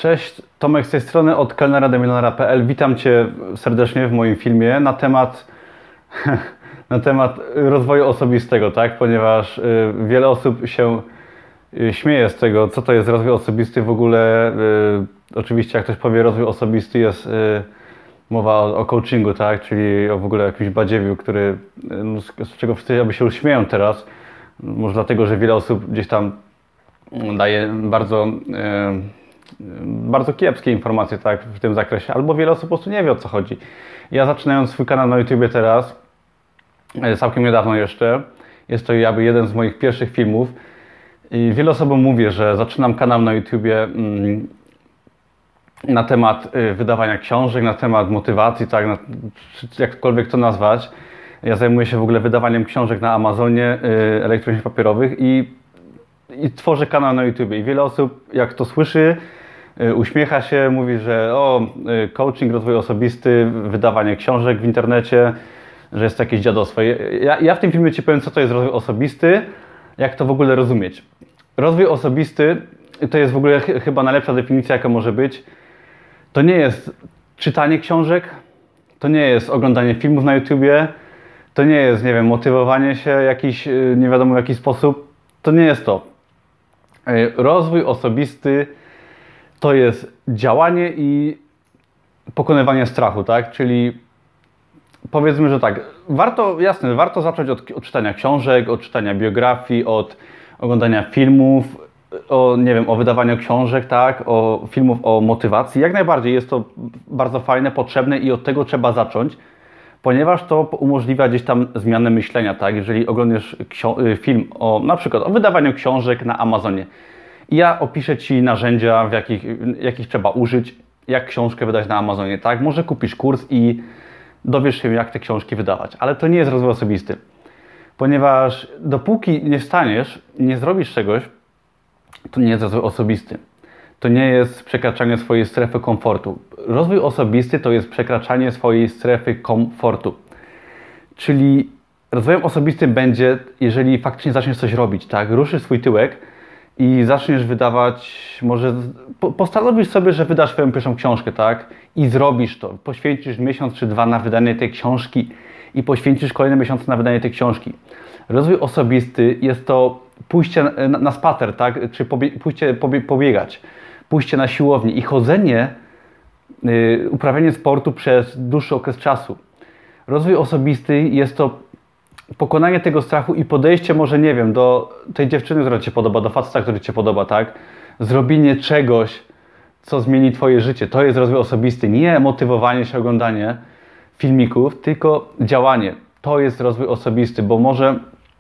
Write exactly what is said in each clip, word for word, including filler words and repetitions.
Cześć, Tomek z tej strony od kelnera do milionera kropka p l. Witam Cię serdecznie w moim filmie na temat, na temat rozwoju osobistego, tak? Ponieważ y, wiele osób się y, śmieje z tego, co to jest rozwój osobisty w ogóle. Y, oczywiście jak ktoś powie rozwój osobisty, jest y, mowa o, o coachingu, tak? Czyli o w ogóle jakimś badziewiu, który, y, z, z czego wszyscy jakby się uśmieją teraz. Może dlatego, że wiele osób gdzieś tam daje bardzo... Y, bardzo kiepskie informacje, tak, w tym zakresie, albo wiele osób po prostu nie wie, o co chodzi. Ja zaczynając swój kanał na YouTubie teraz, całkiem niedawno jeszcze, jest to jakby jeden z moich pierwszych filmów i wiele osobom mówię, że zaczynam kanał na YouTubie mm, na temat y, wydawania książek, na temat motywacji, tak, na, jakkolwiek to nazwać. Ja zajmuję się w ogóle wydawaniem książek na Amazonie, y, elektronicznych, papierowych i, i tworzę kanał na YouTubie i wiele osób jak to słyszy, uśmiecha się, mówi, że o, coaching, rozwój osobisty, wydawanie książek w internecie, że jest to jakieś dziadostwo. Ja, ja w tym filmie Ci powiem, co to jest rozwój osobisty, jak to w ogóle rozumieć. Rozwój osobisty to jest w ogóle ch chyba najlepsza definicja, jaka może być. To nie jest czytanie książek, to nie jest oglądanie filmów na YouTubie, to nie jest, nie wiem, motywowanie się jakiś, nie wiadomo w jaki sposób. To nie jest to. Rozwój osobisty to jest działanie i pokonywanie strachu, tak? Czyli powiedzmy, że tak, warto, jasne, warto zacząć od, od czytania książek, od czytania biografii, od oglądania filmów, o, nie wiem, o wydawaniu książek, tak? O filmów o motywacji. Jak najbardziej jest to bardzo fajne, potrzebne i od tego trzeba zacząć, ponieważ to umożliwia gdzieś tam zmianę myślenia, tak? Jeżeli oglądasz film o, na przykład o wydawaniu książek na Amazonie, ja opiszę Ci narzędzia, w jakich, jakich trzeba użyć, jak książkę wydać na Amazonie, tak? Może kupisz kurs i dowiesz się, jak te książki wydawać, ale to nie jest rozwój osobisty, ponieważ dopóki nie wstaniesz, nie zrobisz czegoś, to nie jest rozwój osobisty. To nie jest przekraczanie swojej strefy komfortu. Rozwój osobisty to jest przekraczanie swojej strefy komfortu. Czyli rozwojem osobistym będzie, jeżeli faktycznie zaczniesz coś robić, tak? Ruszysz swój tyłek i zaczniesz wydawać, może postanowisz sobie, że wydasz swoją pierwszą książkę, tak? I zrobisz to. Poświęcisz miesiąc czy dwa na wydanie tej książki i poświęcisz kolejne miesiące na wydanie tej książki. Rozwój osobisty jest to pójście na, na spacer, tak? Czy pobie, pójście pobie, pobiegać, pójście na siłownię i chodzenie, yy, uprawianie sportu przez dłuższy okres czasu. Rozwój osobisty jest to pokonanie tego strachu i podejście może, nie wiem, do tej dziewczyny, która Ci się podoba, do faceta, który Ci się podoba, tak? Zrobienie czegoś, co zmieni Twoje życie. To jest rozwój osobisty. Nie motywowanie się, oglądanie filmików, tylko działanie. To jest rozwój osobisty, bo może,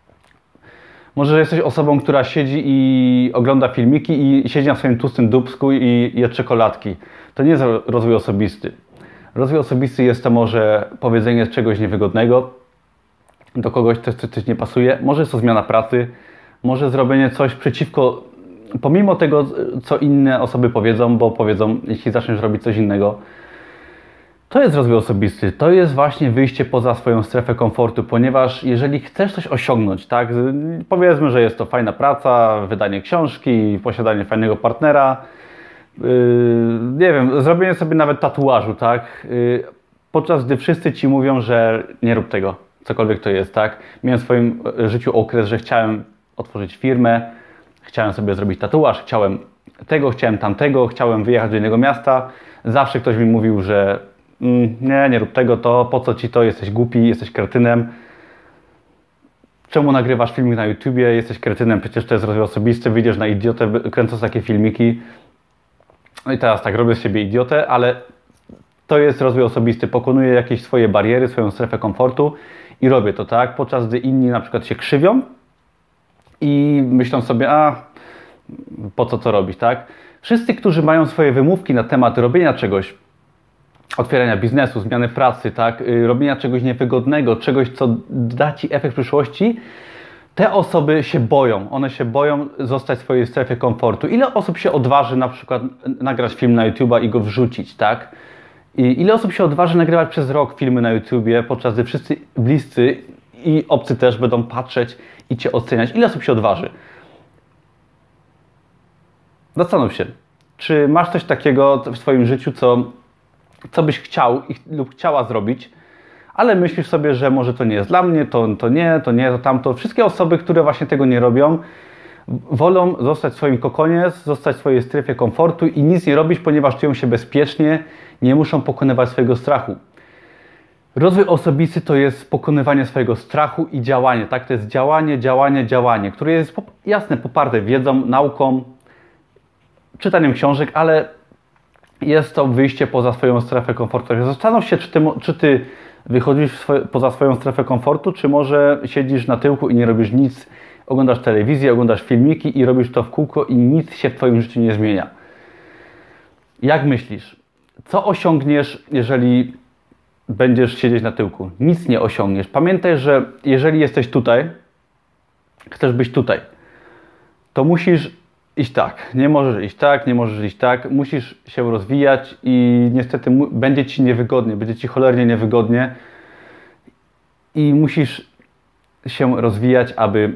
może jesteś osobą, która siedzi i ogląda filmiki i siedzi na swoim tłustym dupsku i je czekoladki. To nie jest rozwój osobisty. Rozwój osobisty jest to może powiedzenie czegoś niewygodnego do kogoś, coś, coś nie pasuje. Może jest to zmiana pracy, może zrobienie coś przeciwko, pomimo tego, co inne osoby powiedzą, bo powiedzą, jeśli zaczniesz robić coś innego. To jest rozwój osobisty, to jest właśnie wyjście poza swoją strefę komfortu, ponieważ jeżeli chcesz coś osiągnąć, tak, powiedzmy, że jest to fajna praca, wydanie książki, posiadanie fajnego partnera, yy, nie wiem, zrobienie sobie nawet tatuażu, tak, yy, podczas gdy wszyscy Ci mówią, że nie rób tego. Cokolwiek to jest, tak? Miałem w swoim życiu okres, że chciałem otworzyć firmę, chciałem sobie zrobić tatuaż, chciałem tego, chciałem tamtego, chciałem wyjechać do innego miasta. Zawsze ktoś mi mówił, że mm, nie, nie rób tego, to po co Ci to, jesteś głupi, jesteś kretynem. Czemu nagrywasz filmik na YouTubie, jesteś kretynem, przecież to jest rozwój osobisty, wyjdziesz na idiotę, kręcąc takie filmiki. No i teraz tak, robię z siebie idiotę, ale to jest rozwój osobisty, pokonuję jakieś swoje bariery, swoją strefę komfortu i robię to, tak? Podczas gdy inni na przykład się krzywią i myślą sobie, a po co to robić, tak? Wszyscy, którzy mają swoje wymówki na temat robienia czegoś, otwierania biznesu, zmiany pracy, tak? Robienia czegoś niewygodnego, czegoś, co da Ci efekt w przyszłości, te osoby się boją. One się boją zostać w swojej strefie komfortu. Ile osób się odważy na przykład nagrać film na YouTube'a i go wrzucić, tak? I ile osób się odważy nagrywać przez rok filmy na YouTubie, podczas gdy wszyscy bliscy i obcy też będą patrzeć i Cię oceniać? Ile osób się odważy? Zastanów się. Czy masz coś takiego w swoim życiu, co, co byś chciał lub chciała zrobić, ale myślisz sobie, że może to nie jest dla mnie, to, to nie, to nie, to tamto. Wszystkie osoby, które właśnie tego nie robią, wolą zostać w swoim kokonie, zostać w swojej strefie komfortu i nic nie robić, ponieważ czują się bezpiecznie, nie muszą pokonywać swojego strachu. Rozwój osobisty to jest pokonywanie swojego strachu i działanie, tak? To jest działanie, działanie, działanie, które jest jasne, poparte wiedzą, nauką, czytaniem książek, ale jest to wyjście poza swoją strefę komfortu. Zastanów się, czy ty, czy ty wychodzisz swoje, poza swoją strefę komfortu, czy może siedzisz na tyłku i nie robisz nic, oglądasz telewizję, oglądasz filmiki i robisz to w kółko i nic się w twoim życiu nie zmienia. Jak myślisz? Co osiągniesz, jeżeli będziesz siedzieć na tyłku? Nic nie osiągniesz. Pamiętaj, że jeżeli jesteś tutaj, chcesz być tutaj, to musisz iść tak. Nie możesz iść tak, nie możesz iść tak. Musisz się rozwijać i niestety będzie ci niewygodnie, będzie ci cholernie niewygodnie i musisz się rozwijać, aby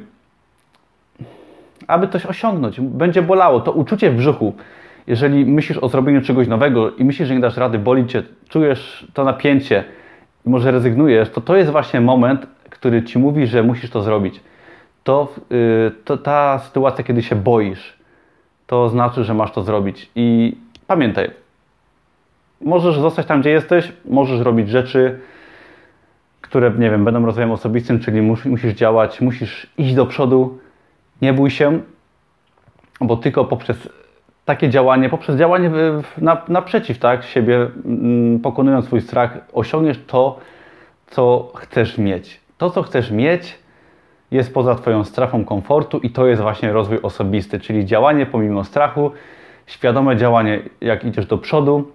aby coś osiągnąć. Będzie bolało. To uczucie w brzuchu. Jeżeli myślisz o zrobieniu czegoś nowego i myślisz, że nie dasz rady, boli cię, czujesz to napięcie i może rezygnujesz, to to jest właśnie moment, który ci mówi, że musisz to zrobić. To, yy, to ta sytuacja, kiedy się boisz, to znaczy, że masz to zrobić. I pamiętaj, możesz zostać tam, gdzie jesteś, możesz robić rzeczy, które, nie wiem, będą rozwojem osobistym, czyli mus, musisz działać, musisz iść do przodu, nie bój się, bo tylko poprzez takie działanie, poprzez działanie na, naprzeciw tak, siebie, pokonując swój strach, osiągniesz to, co chcesz mieć. To, co chcesz mieć, jest poza twoją strefą komfortu i to jest właśnie rozwój osobisty, czyli działanie pomimo strachu, świadome działanie, jak idziesz do przodu.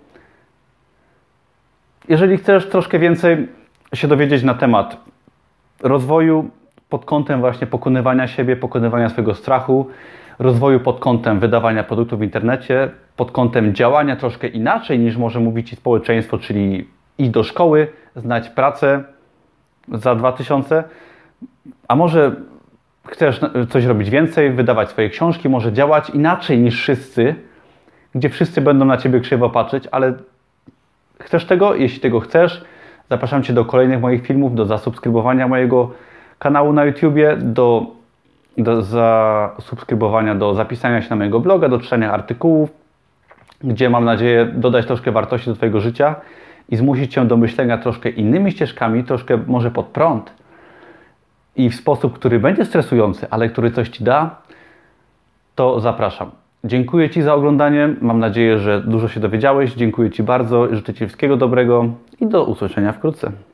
Jeżeli chcesz troszkę więcej się dowiedzieć na temat rozwoju pod kątem właśnie pokonywania siebie, pokonywania swojego strachu, rozwoju pod kątem wydawania produktów w internecie, pod kątem działania troszkę inaczej niż może mówić ci społeczeństwo, czyli iść do szkoły, znać pracę za dwa tysiące, a może chcesz coś robić więcej, wydawać swoje książki, może działać inaczej niż wszyscy, gdzie wszyscy będą na ciebie krzywo patrzeć, ale chcesz tego? Jeśli tego chcesz, zapraszam cię do kolejnych moich filmów, do zasubskrybowania mojego kanału na YouTubie, do do zasubskrybowania, do zapisania się na mojego bloga, do czytania artykułów, gdzie mam nadzieję dodać troszkę wartości do twojego życia i zmusić cię do myślenia troszkę innymi ścieżkami, troszkę może pod prąd i w sposób, który będzie stresujący, ale który coś ci da, to zapraszam. Dziękuję ci za oglądanie, mam nadzieję, że dużo się dowiedziałeś, dziękuję ci bardzo, życzę ci wszystkiego dobrego i do usłyszenia wkrótce.